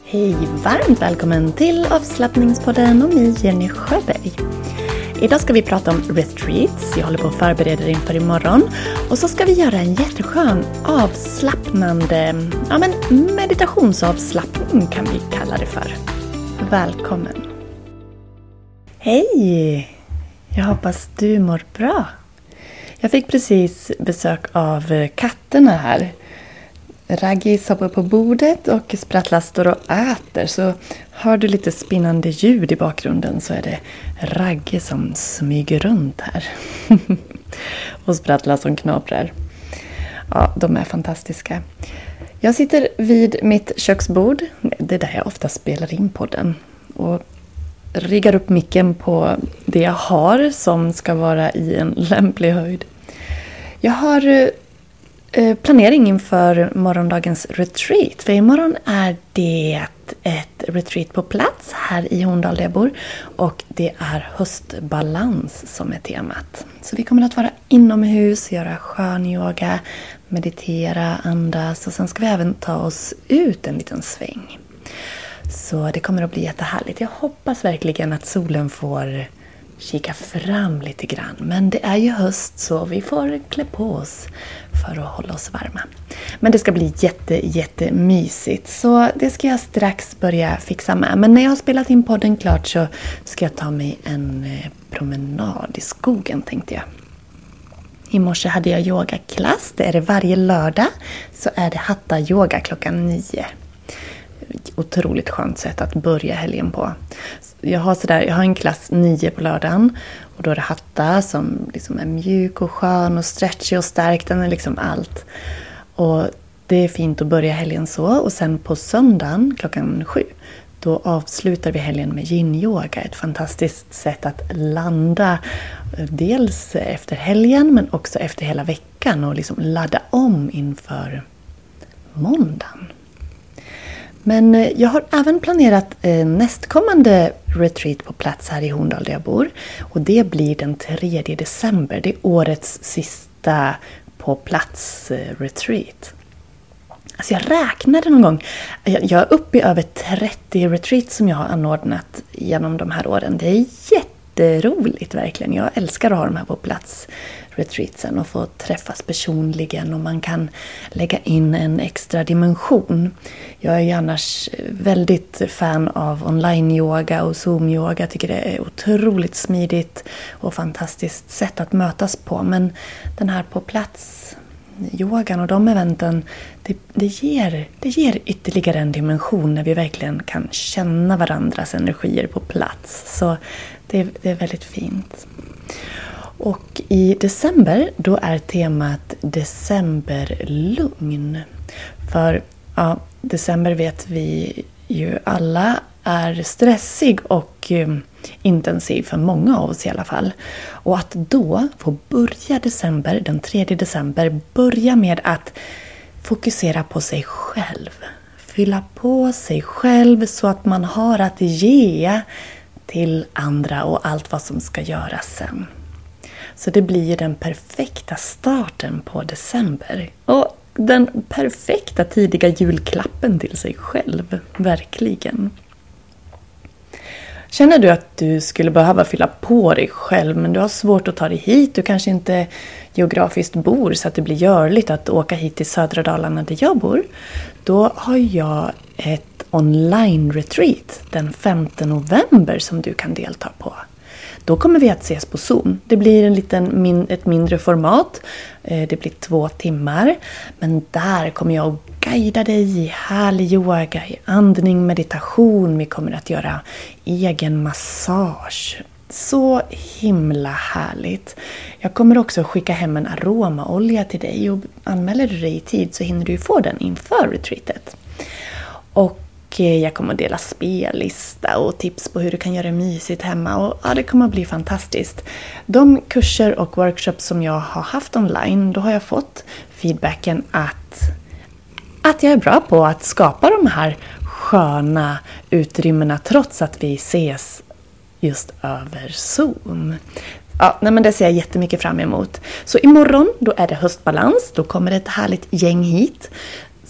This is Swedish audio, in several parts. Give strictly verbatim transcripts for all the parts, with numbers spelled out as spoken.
Hej, varmt välkommen till avslappningspodden och mig, Jenny Sjöberg. Idag ska vi prata om retreats. Jag håller på att förbereda inför imorgon. Och så ska vi göra en jätteskön avslappnande, ja men meditationsavslappning kan vi kalla det för. Välkommen. Hej! Jag hoppas du mår bra. Jag fick precis besök av katterna här. Raggi sover på bordet och Sprattla står och äter, så hör du lite spinnande ljud i bakgrunden så är det Raggi som smyger runt här. Och Sprattla som knaprar. Ja, de är fantastiska. Jag sitter vid mitt köksbord, det är där jag ofta spelar in podden, och riggar upp micken på det jag har som ska vara i en lämplig höjd. Jag har planering inför morgondagens retreat. För imorgon är det ett retreat på plats här i Horndal där jag bor. Och det är höstbalans som är temat. Så vi kommer att vara inomhus, göra skön yoga, meditera, andas. Och sen ska vi även ta oss ut en liten sväng. Så det kommer att bli jättehärligt. Jag hoppas verkligen att solen får kika fram lite grann. Men det är ju höst så vi får klä på oss för att hålla oss varma. Men det ska bli jätte, jätte mysigt. Så det ska jag strax börja fixa med. Men när jag har spelat in podden klart så ska jag ta mig en promenad i skogen, tänkte jag. I morse hade jag yogaklass. Det är det varje lördag. Så är det hatta yoga klockan nio. Otroligt skönt sätt att börja helgen på. Jag har, sådär, jag har en klass nio på lördagen. Och då är det hatta som liksom är mjuk och skön och stretchig och stark. Den är liksom allt. Och det är fint att börja helgen så. Och sen på söndagen klockan sju. Då avslutar vi helgen med yin-yoga. Ett fantastiskt sätt att landa. Dels efter helgen men också efter hela veckan. Och liksom ladda om inför måndagen. Men jag har även planerat nästkommande retreat på plats här i Horndal där jag bor. Och det blir den tredje december. Det är årets sista på plats retreat. Alltså jag räknade någon gång. Jag är uppe i över trettio retreats som jag har anordnat genom de här åren. Det är jätteroligt verkligen. Jag älskar att ha de här på plats retreatsen och få träffas personligen, och man kan lägga in en extra dimension. Jag är ju annars väldigt fan av online-yoga och Zoom-yoga. Jag tycker det är otroligt smidigt och fantastiskt sätt att mötas på. Men den här på plats yogan och de eventen, det, det, ger, det ger ytterligare en dimension när vi verkligen kan känna varandras energier på plats. Så det, det är väldigt fint. Och i december då är temat decemberlugn. För ja, december vet vi ju alla är stressig och um, intensiv för många av oss i alla fall. Och att då få börja december, den tredje december, börja med att fokusera på sig själv. Fylla på sig själv så att man har att ge till andra och allt vad som ska göras sen. Så det blir ju den perfekta starten på december. Och den perfekta tidiga julklappen till sig själv. Verkligen. Känner du att du skulle behöva fylla på dig själv, men du har svårt att ta dig hit? Du kanske inte geografiskt bor så att det blir görligt att åka hit till södra Dalarna där jag bor. Då har jag ett online-retreat den femte november som du kan delta på. Då kommer vi att ses på Zoom. Det blir en liten, min, ett mindre format. Det blir två timmar. Men där kommer jag att guida dig i härlig yoga, i andning, meditation. Vi kommer att göra egen massage. Så himla härligt. Jag kommer också skicka hem en aromaolja till dig. Och anmäler du dig i tid så hinner du få den inför retreatet. Och jag kommer att dela spellista och tips på hur du kan göra det mysigt hemma. Och ja, det kommer att bli fantastiskt. De kurser och workshops som jag har haft online, då har jag fått feedbacken att, att jag är bra på att skapa de här sköna utrymmena trots att vi ses just över Zoom. Ja, nej men det ser jag jättemycket fram emot. Så imorgon då är det höstbalans. Då kommer det ett härligt gäng hit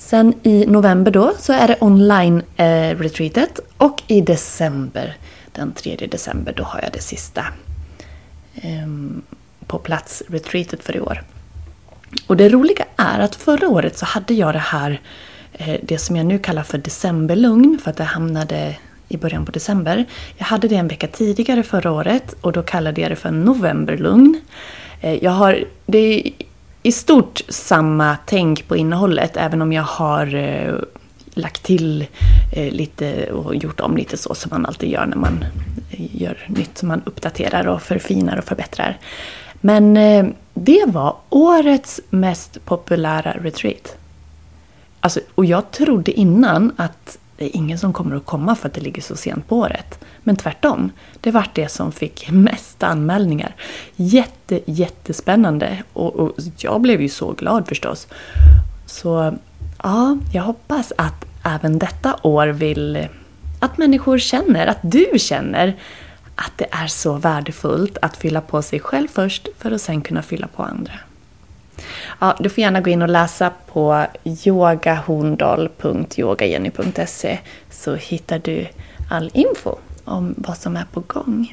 Sen i november då så är det online-retreatet. Och i december, den tredje december, då har jag det sista eh, på plats retreatet för i år. Och det roliga är att förra året så hade jag det här, eh, det som jag nu kallar för decemberlugn, för att det hamnade i början på december. Jag hade det en vecka tidigare förra året och då kallade jag det för novemberlugn. Eh, jag har, det är i stort samma tänk på innehållet, även om jag har eh, lagt till eh, lite och gjort om lite så som man alltid gör när man gör nytt, som man uppdaterar och förfinar och förbättrar. Men eh, det var årets mest populära retreat. Alltså, och jag trodde innan att det är ingen som kommer att komma för att det ligger så sent på året. Men tvärtom, det var det som fick mest anmälningar. Jätte, jättespännande. Och, och jag blev ju så glad förstås. Så ja, jag hoppas att även detta år vill att människor känner, att du känner att det är så värdefullt att fylla på sig själv först för att sen kunna fylla på andra. Ja, du får gärna gå in och läsa på yogahorndal punkt yogajenny punkt se så hittar du all info om vad som är på gång.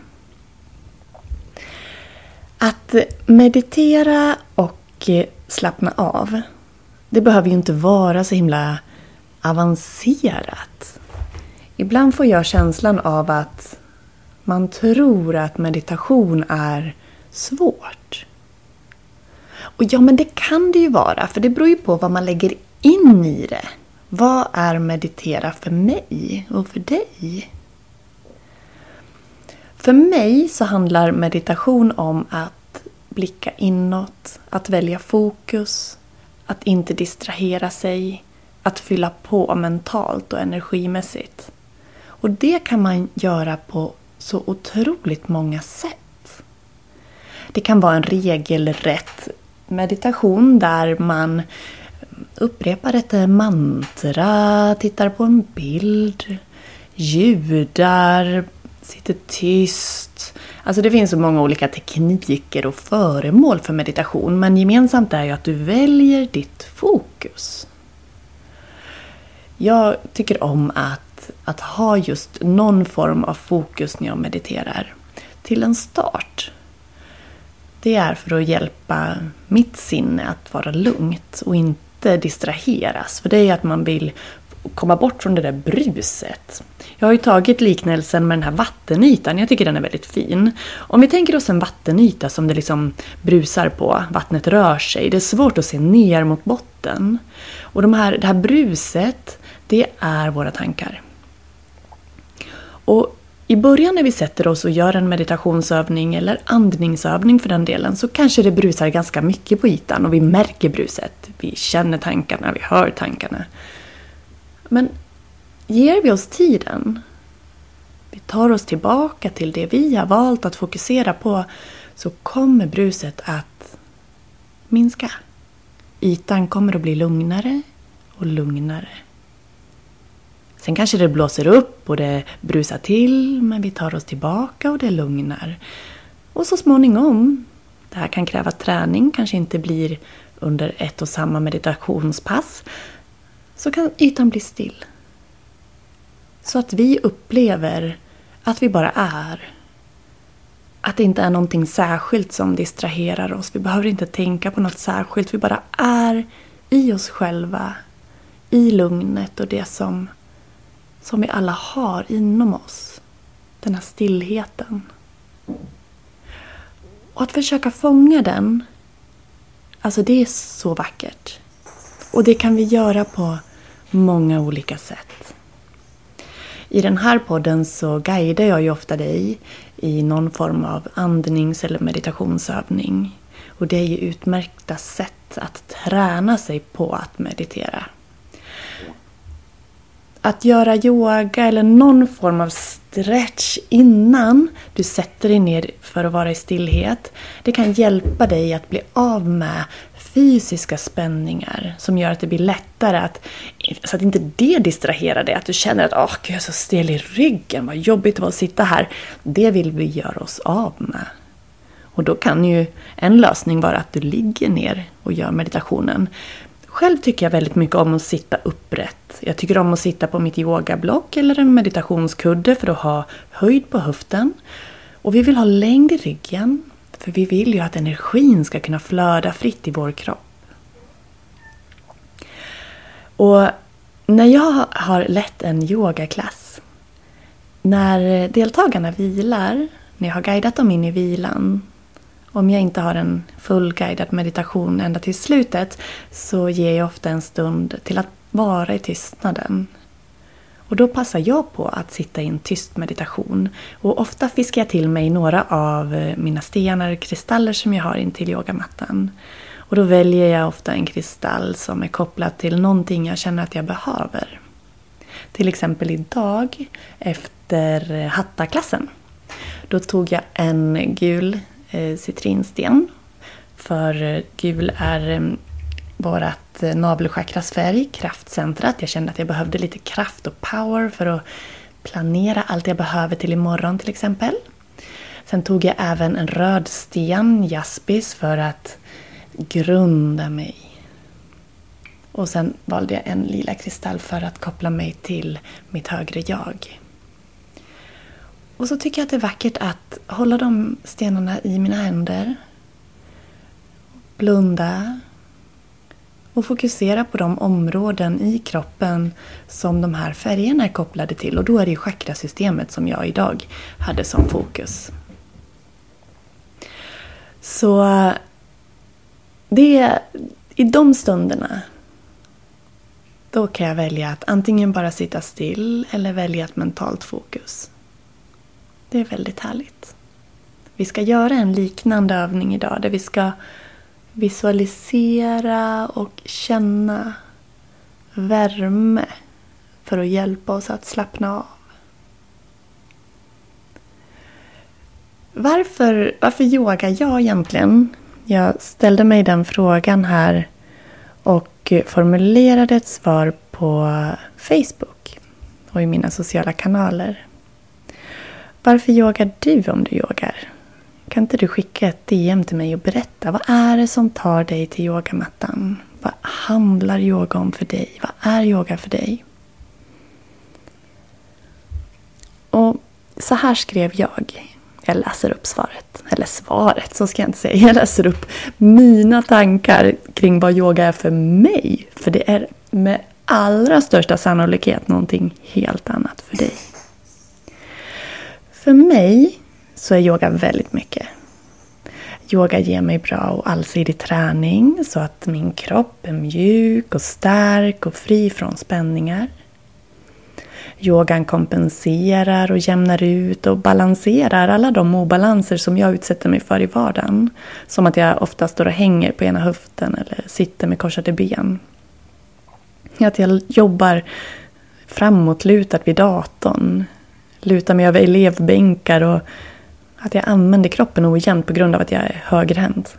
Att meditera och slappna av, det behöver ju inte vara så himla avancerat. Ibland får jag känslan av att man tror att meditation är svårt. Och ja, men det kan det ju vara, för det beror ju på vad man lägger in i det. Vad är meditera för mig och för dig? För mig så handlar meditation om att blicka inåt, att välja fokus, att inte distrahera sig, att fylla på mentalt och energimässigt. Och det kan man göra på så otroligt många sätt. Det kan vara en regelrätt meditation där man upprepar ett mantra, tittar på en bild, ljudar, sitter tyst. Alltså det finns så många olika tekniker och föremål för meditation, men gemensamt är ju att du väljer ditt fokus. Jag tycker om att, att ha just någon form av fokus när jag mediterar. Till en start. Det är för att hjälpa mitt sinne att vara lugnt och inte distraheras. För det är att man vill komma bort från det där bruset. Jag har ju tagit liknelsen med den här vattenytan. Jag tycker den är väldigt fin. Om vi tänker oss en vattenyta som det liksom brusar på. Vattnet rör sig. Det är svårt att se ner mot botten. Och de här, det här bruset, det är våra tankar. Och i början när vi sätter oss och gör en meditationsövning eller andningsövning för den delen, så kanske det brusar ganska mycket på ytan och vi märker bruset. Vi känner tankarna, vi hör tankarna. Men ger vi oss tiden, vi tar oss tillbaka till det vi har valt att fokusera på, så kommer bruset att minska. Ytan kommer att bli lugnare och lugnare. Sen kanske det blåser upp och det brusar till, men vi tar oss tillbaka och det lugnar. Och så småningom, det här kan kräva träning, kanske inte blir under ett och samma meditationspass, så kan ytan bli still. Så att vi upplever att vi bara är. Att det inte är någonting särskilt som distraherar oss. Vi behöver inte tänka på något särskilt. Vi bara är i oss själva. I lugnet och det som, som vi alla har inom oss. Den här stillheten. Och att försöka fånga den. Alltså det är så vackert. Och det kan vi göra på många olika sätt. I den här podden så guidar jag ju ofta dig i någon form av andnings- eller meditationsövning. Och det är ju utmärkta sätt att träna sig på att meditera. Att göra yoga eller någon form av stretch innan du sätter dig ner för att vara i stillhet, det kan hjälpa dig att bli av med fysiska spänningar som gör att det blir lättare att, så att inte det distraherar dig, att du känner att åh, jag är så stel i ryggen, vad jobbigt det var att sitta här. Det vill vi göra oss av med. Och då kan ju en lösning vara att du ligger ner och gör meditationen. Själv tycker jag väldigt mycket om att sitta upprätt. Jag tycker om att sitta på mitt yogablock eller en meditationskudde för att ha höjd på höften. Och vi vill ha längd i ryggen, för vi vill ju att energin ska kunna flöda fritt i vår kropp. Och när jag har lett en yogaklass, när deltagarna vilar, när jag har guidat dem in i vilan, om jag inte har en fullguidad meditation ända till slutet, så ger jag ofta en stund till att vara i tystnaden. Och då passar jag på att sitta i en tyst meditation. Och ofta fiskar jag till mig några av mina stenar och kristaller som jag har in till yogamattan. Och då väljer jag ofta en kristall som är kopplad till någonting jag känner att jag behöver. Till exempel idag efter hattaklassen. Då tog jag en gul eh, citrinsten. För gul är eh, vårat navelchakras färg, kraftcentrat. Jag kände att jag behövde lite kraft och power för att planera allt jag behöver till imorgon till exempel. Sen tog jag även en röd sten, jaspis, för att grunda mig. Och sen valde jag en lila kristall för att koppla mig till mitt högre jag. Och så tycker jag att det är vackert att hålla de stenarna i mina händer. Blunda. Och fokusera på de områden i kroppen som de här färgerna är kopplade till. Och då är det ju chakrasystemet som jag idag hade som fokus. Så det är i de stunderna, då kan jag välja att antingen bara sitta still eller välja ett mentalt fokus. Det är väldigt härligt. Vi ska göra en liknande övning idag där vi ska visualisera och känna värme för att hjälpa oss att slappna av. Varför, varför yogar jag egentligen? Jag ställde mig den frågan här och formulerade ett svar på Facebook och i mina sociala kanaler. Varför yogar du om du yogar? Kan inte du skicka ett D M till mig och berätta, vad är det som tar dig till yogamattan? Vad handlar yoga om för dig? Vad är yoga för dig? Och så här skrev jag. Jag läser upp svaret. Eller svaret, så ska jag inte säga. Jag läser upp mina tankar kring vad yoga är för mig. För det är med allra största sannolikhet någonting helt annat för dig. För mig så är yoga väldigt mycket. Yoga ger mig bra och allsidig träning så att min kropp är mjuk och stark och fri från spänningar. Yogan kompenserar och jämnar ut och balanserar alla de obalanser som jag utsätter mig för i vardagen. Som att jag ofta står och hänger på ena höften eller sitter med korsade ben. Att jag jobbar framåtlutad vid datorn. Lutar mig över elevbänkar och att jag använder kroppen ojämnt på grund av att jag är högerhänt.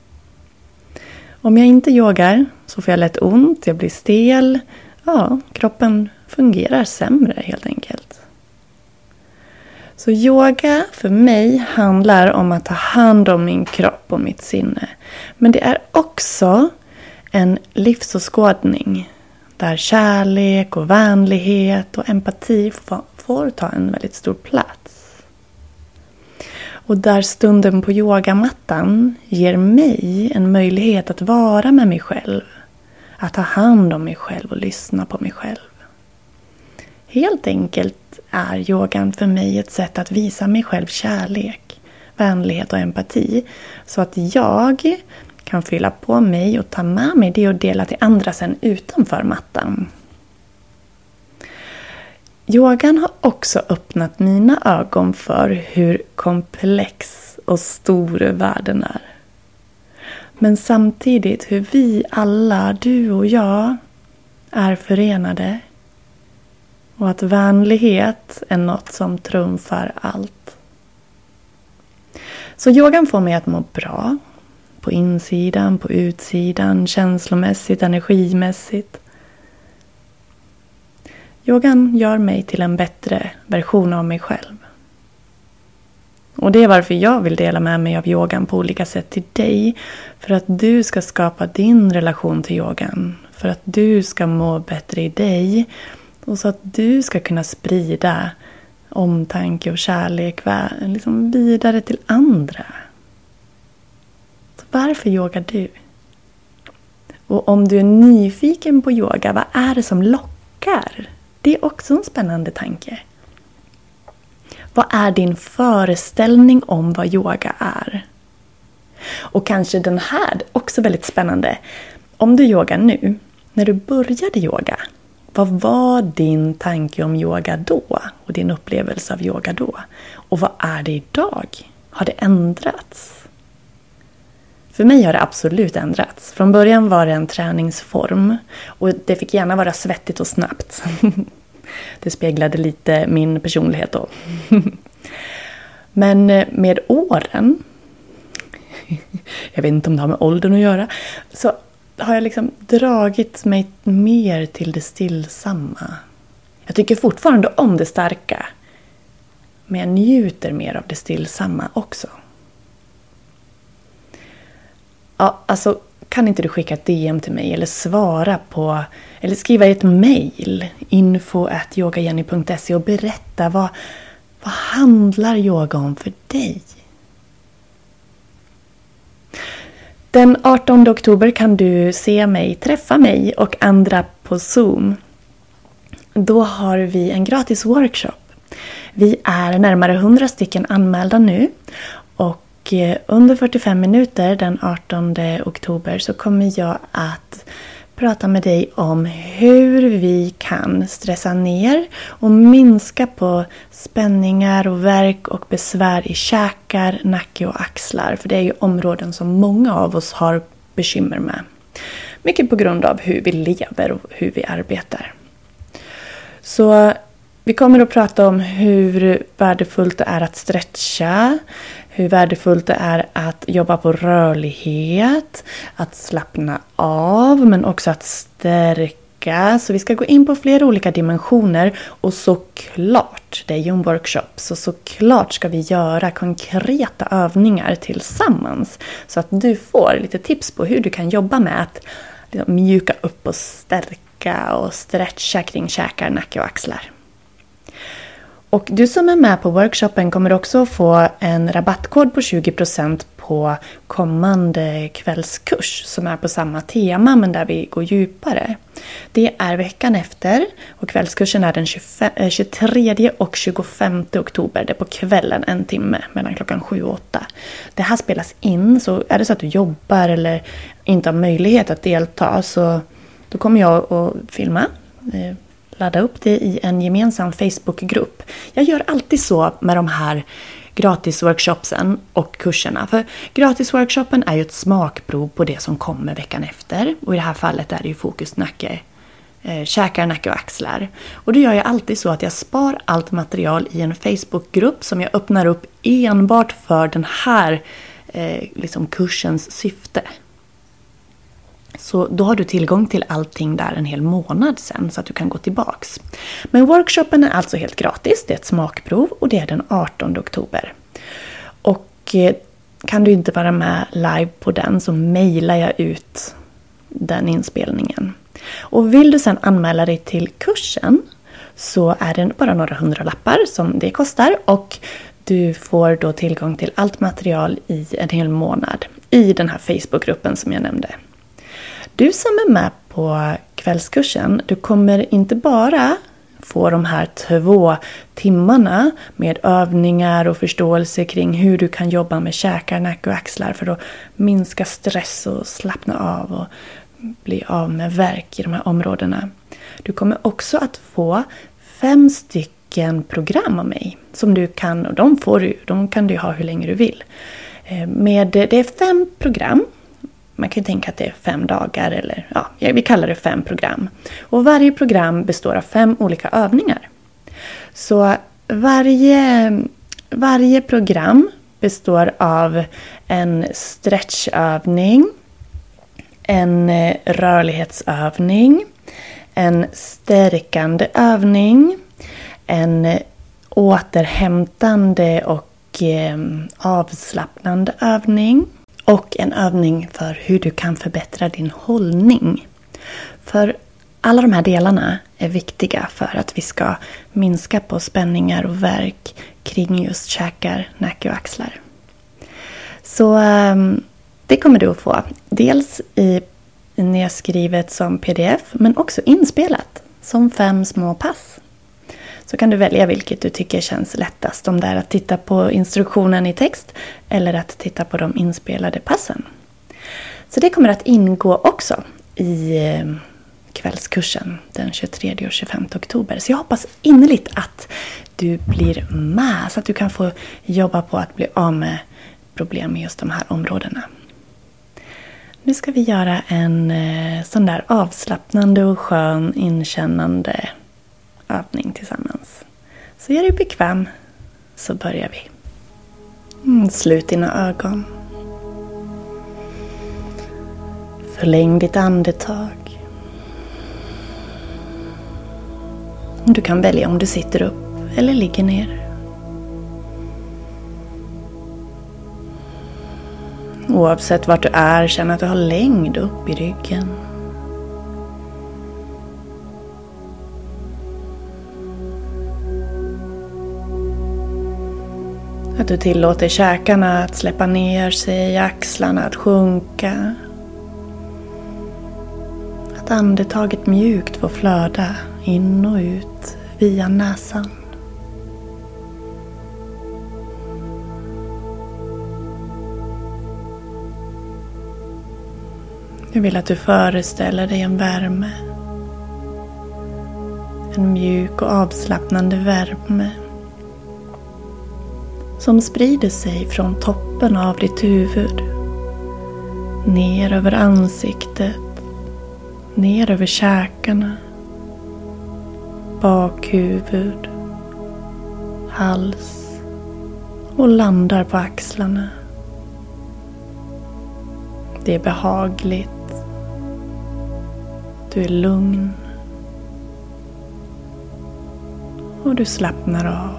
Om jag inte yogar så får jag lätt ont, jag blir stel. Ja, kroppen fungerar sämre helt enkelt. Så yoga för mig handlar om att ta hand om min kropp och mitt sinne. Men det är också en livsåskådning där kärlek och vänlighet och empati får ta en väldigt stor plats. Och där stunden på yogamattan ger mig en möjlighet att vara med mig själv. Att ta hand om mig själv och lyssna på mig själv. Helt enkelt är yogan för mig ett sätt att visa mig själv kärlek, vänlighet och empati. Så att jag kan fylla på mig och ta med mig det och dela till andra sen utanför mattan. Yogan har också öppnat mina ögon för hur komplex och stor världen är. Men samtidigt hur vi alla, du och jag, är förenade. Och att vänlighet är något som trumfar allt. Så yogan får mig att må bra. På insidan, på utsidan, känslomässigt, energimässigt. Yogan gör mig till en bättre version av mig själv. Och det är varför jag vill dela med mig av yogan på olika sätt till dig. För att du ska skapa din relation till yogan. för att du ska må bättre i dig och så att du ska kunna sprida omtanke och kärlek liksom vidare till andra. Så varför yogar du? Och om du är nyfiken på yoga, vad är det som lockar? Det är också en spännande tanke. Vad är din föreställning om vad yoga är? Och kanske den här, också väldigt spännande. Om du yogar nu, när du började yoga, vad var din tanke om yoga då? Och din upplevelse av yoga då? Och vad är det idag? Har det ändrats? För mig har det absolut ändrats. Från början var det en träningsform. Och det fick gärna vara svettigt och snabbt. Det speglade lite min personlighet då. Men med åren, jag vet inte om det har med åldern att göra, så har jag liksom dragit mig mer till det stillsamma. Jag tycker fortfarande om det starka, men jag njuter mer av det stillsamma också. Ja, alltså kan inte du skicka ett D M till mig eller svara på, eller skriva ett mejl, info at yogajenny punkt se, och berätta vad, vad handlar yoga om för dig? Den artonde oktober kan du se mig, träffa mig och andra på Zoom. Då har vi en gratis workshop. Vi är närmare hundra stycken anmälda nu. Och under fyrtiofem minuter den artonde oktober så kommer jag att prata med dig om hur vi kan stressa ner och minska på spänningar och värk och besvär i käkar, nacke och axlar. För det är ju områden som många av oss har bekymmer med. Mycket på grund av hur vi lever och hur vi arbetar. Så vi kommer att prata om hur värdefullt det är att stretcha, hur värdefullt det är att jobba på rörlighet, att slappna av men också att stärka. Så vi ska gå in på flera olika dimensioner och såklart, det är ju en workshop, så såklart ska vi göra konkreta övningar tillsammans. Så att du får lite tips på hur du kan jobba med att liksom mjuka upp och stärka och stretcha kring käkar, nacke och axlar. Och du som är med på workshopen kommer också få en rabattkod på tjugo procent på kommande kvällskurs som är på samma tema men där vi går djupare. Det är veckan efter och kvällskursen är den tjugotredje och tjugofemte oktober. Det är på kvällen en timme mellan klockan sju och åtta. Det här spelas in, så är det så att du jobbar eller inte har möjlighet att delta så då kommer jag att filma. Ladda upp det i en gemensam Facebookgrupp. Jag gör alltid så med de här gratisworkshopsen och kurserna. För gratisworkshopen är ju ett smakprov på det som kommer veckan efter. Och i det här fallet är det ju fokus nacke, eh, käkar, nacke och axlar. Och då gör jag alltid så att jag spar allt material i en Facebookgrupp som jag öppnar upp enbart för den här eh, liksom kursens syfte. Så då har du tillgång till allting där en hel månad sen så att du kan gå tillbaks. Men workshopen är alltså helt gratis, det är ett smakprov och det är den artonde oktober. Och kan du inte vara med live på den så mejlar jag ut den inspelningen. Och vill du sen anmäla dig till kursen så är det bara några hundra lappar som det kostar och du får då tillgång till allt material i en hel månad i den här Facebookgruppen som jag nämnde. Du som är med på kvällskursen, du kommer inte bara få de här två timmarna med övningar och förståelse kring hur du kan jobba med käkar, nacke och axlar för att minska stress och slappna av och bli av med värk i de här områdena. Du kommer också att få fem stycken program av mig som du kan, och de får du, de kan du ha hur länge du vill. Med, det är fem program. Man kan ju tänka att det är fem dagar eller ja, vi kallar det fem program. Och varje program består av fem olika övningar. Så varje, varje program består av en stretchövning, en rörlighetsövning, en stärkande övning, en återhämtande och eh, avslappnande övning. Och en övning för hur du kan förbättra din hållning. För alla de här delarna är viktiga för att vi ska minska på spänningar och värk kring just käkar, nacke och axlar. Så det kommer du att få. Dels i nedskrivet som pdf men också inspelat som fem små pass. Så kan du välja vilket du tycker känns lättast. Om det är att titta på instruktionen i text eller att titta på de inspelade passen. Så det kommer att ingå också i kvällskursen den tjugotredje och tjugofemte oktober. Så jag hoppas innerligt att du blir med så att du kan få jobba på att bli av med problem med just de här områdena. Nu ska vi göra en sån där avslappnande och skön inkännande övning tillsammans. Så gör dig bekväm så börjar vi. Mm, slut dina ögon. Förläng ditt andetag. Du kan välja om du sitter upp eller ligger ner. Oavsett vart du är, känn att du har längd upp i ryggen. Att du tillåter käkarna att släppa ner sig, axlarna att sjunka. Att andetaget mjukt får flöda in och ut via näsan. Jag vill att du föreställer dig en värme. En mjuk och avslappnande värme. Som sprider sig från toppen av ditt huvud. Ner över ansiktet. Ner över käkarna. Bakhuvud. Hals. Och landar på axlarna. Det är behagligt. Du är lugn. Och du slappnar av.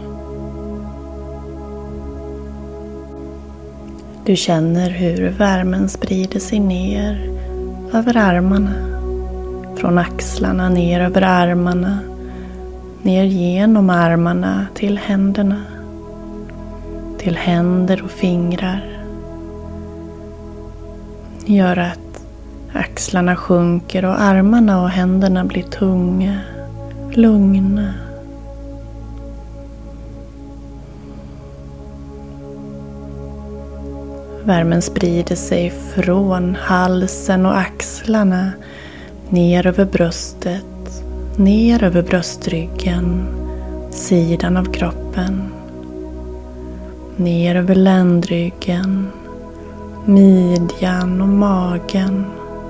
Du känner hur värmen sprider sig ner över armarna. Från axlarna ner över armarna. Ner genom armarna till händerna. Till händer och fingrar. Gör att axlarna sjunker och armarna och händerna blir tunga, lugna. Värmen sprider sig från halsen och axlarna ner över bröstet, ner över bröstryggen, sidan av kroppen, ner över ländryggen, midjan och magen.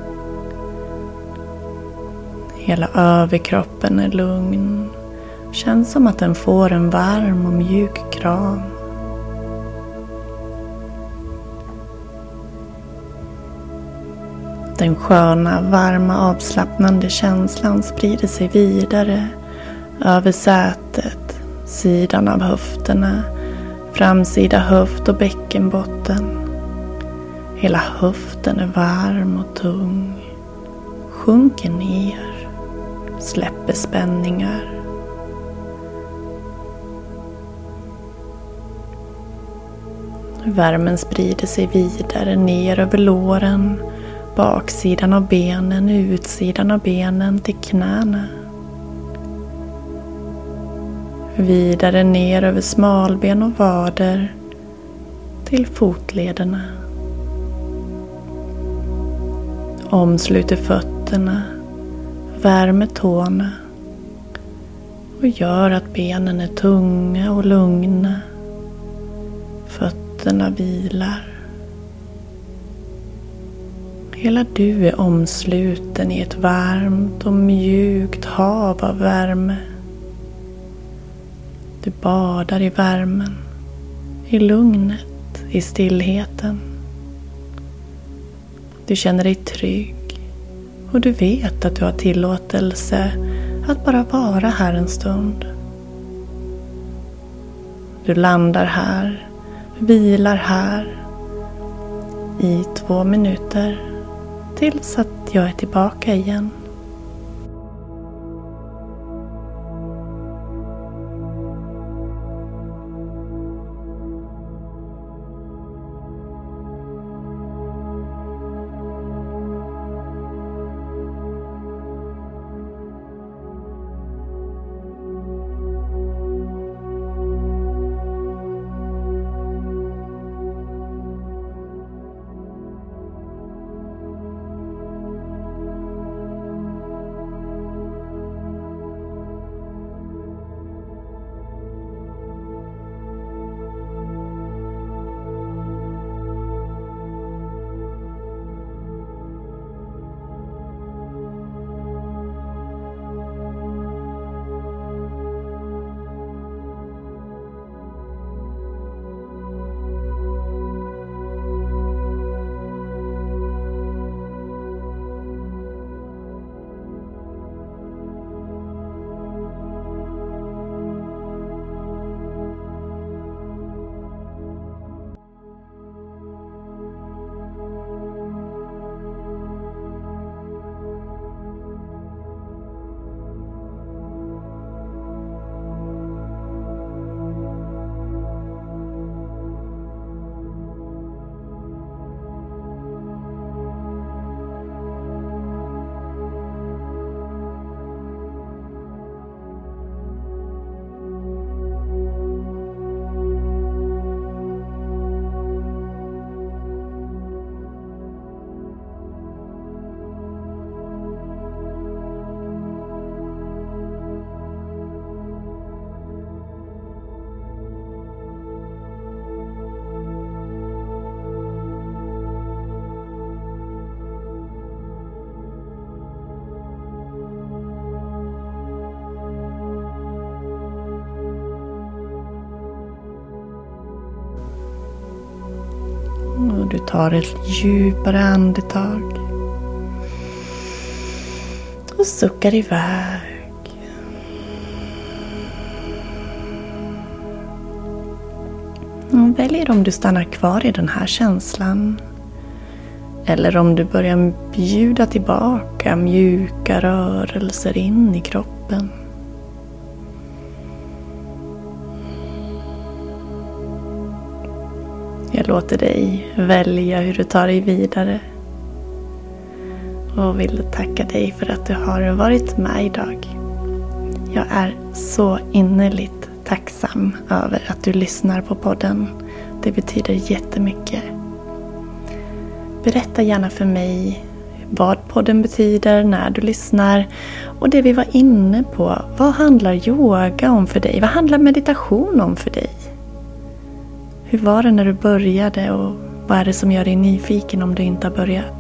Hela överkroppen är lugn. Känns som att den får en varm och mjuk kram. Den sköna, varma, avslappnande känslan sprider sig vidare över sätet, sidan av höfterna, framsida höft och bäckenbotten. Hela höften är varm och tung. Sjunker ner, släpper spänningar. Värmen sprider sig vidare ner över låren, baksidan av benen, utsidan av benen till knäna. Vidare ner över smalben och vader till fotlederna. Omsluter fötterna, värmer tårna och gör att benen är tunga och lugna. Fötterna vilar. Hela du är omsluten i ett varmt och mjukt hav av värme. Du badar i värmen, i lugnet, i stillheten. Du känner dig trygg och du vet att du har tillåtelse att bara vara här en stund. Du landar här, vilar här i två minuter tills att att jag är tillbaka igen. Och du tar ett djupare andetag och suckar iväg. Och väljer om du stannar kvar i den här känslan eller om du börjar bjuda tillbaka mjuka rörelser in i kroppen. Jag låter dig välja hur du tar dig vidare och vill tacka dig för att du har varit med idag. Jag är så innerligt tacksam över att du lyssnar på podden. Det betyder jättemycket. Berätta gärna för mig vad podden betyder när du lyssnar. Och det vi var inne på, vad handlar yoga om för dig? Vad handlar meditation om för dig? Hur var det när du började och vad är det som gör dig nyfiken om du inte har börjat?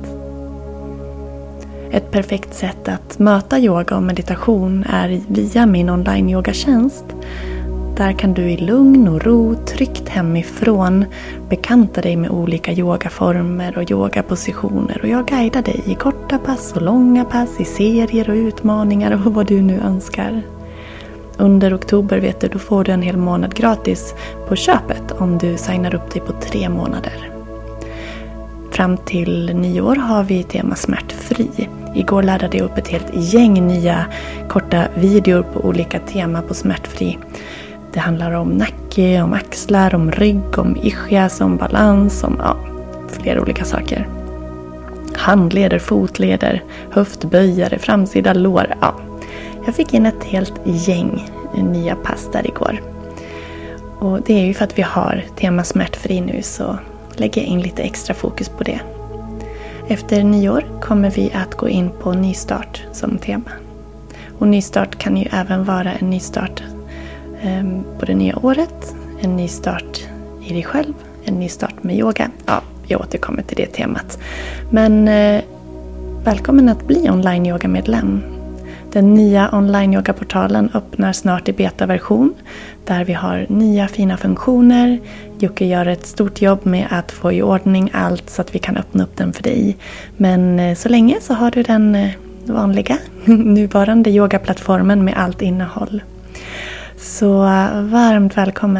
Ett perfekt sätt att möta yoga och meditation är via min online-yogatjänst. Där kan du i lugn och ro, tryggt hemifrån, bekanta dig med olika yogaformer och yogapositioner. Och jag guidar dig i korta pass och långa pass, i serier och utmaningar och vad du nu önskar. Under oktober vet du, då får du en hel månad gratis på köpet om du signar upp dig på tre månader. Fram till nyår har vi tema smärtfri. Igår laddade jag upp ett helt gäng nya korta videor på olika tema på smärtfri. Det handlar om nacke, om axlar, om rygg, om ischias, om balans, om ja, flera olika saker. Handleder, fotleder, höftböjare, framsida lår. Ja. Jag fick in ett helt gäng nya pass där igår. Och det är ju för att vi har tema smärtfri nu, så lägger jag in lite extra fokus på det. Efter nyår kommer vi att gå in på nystart som tema. Och nystart kan ju även vara en nystart eh, på det nya året, en nystart i dig själv, en nystart med yoga. Ja, jag återkommer till det temat. Men eh, välkommen att bli online-yoga-medlem. Den nya online-yoga-portalen öppnar snart i beta-version där vi har nya fina funktioner. Jocke gör ett stort jobb med att få i ordning allt så att vi kan öppna upp den för dig. Men så länge så har du den vanliga, nuvarande yogaplattformen med allt innehåll. Så varmt välkommen.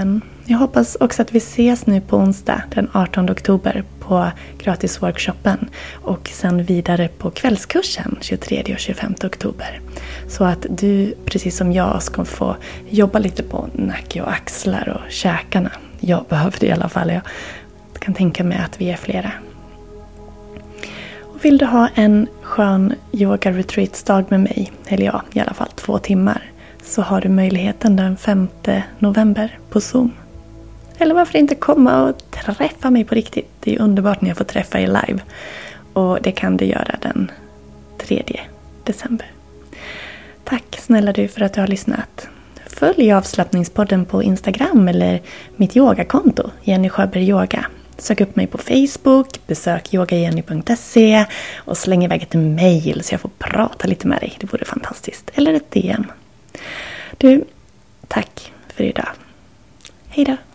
Jag hoppas också att vi ses nu på onsdag den artonde oktober på gratisworkshopen och sen vidare på kvällskursen tjugotredje och tjugofemte oktober. Så att du, precis som jag, ska få jobba lite på nacke och axlar och käkarna. Jag behöver det i alla fall. Jag kan tänka mig att vi är flera. Och vill du ha en skön yoga-retreats-dag med mig, eller ja, i alla fall två timmar, så har du möjligheten den femte november på Zoom. Eller varför inte komma och träffa mig på riktigt. Det är underbart när jag får träffa er live. Och det kan du göra den tredje december. Tack snälla du för att du har lyssnat. Följ avslappningspodden på Instagram eller mitt yogakonto, Jenny Sjöberg Yoga. Sök upp mig på Facebook, besök yoga jenny punkt se och släng iväg ett mejl så jag får prata lite med dig. Det vore fantastiskt. Eller ett D M. Du, tack för idag. Hej då!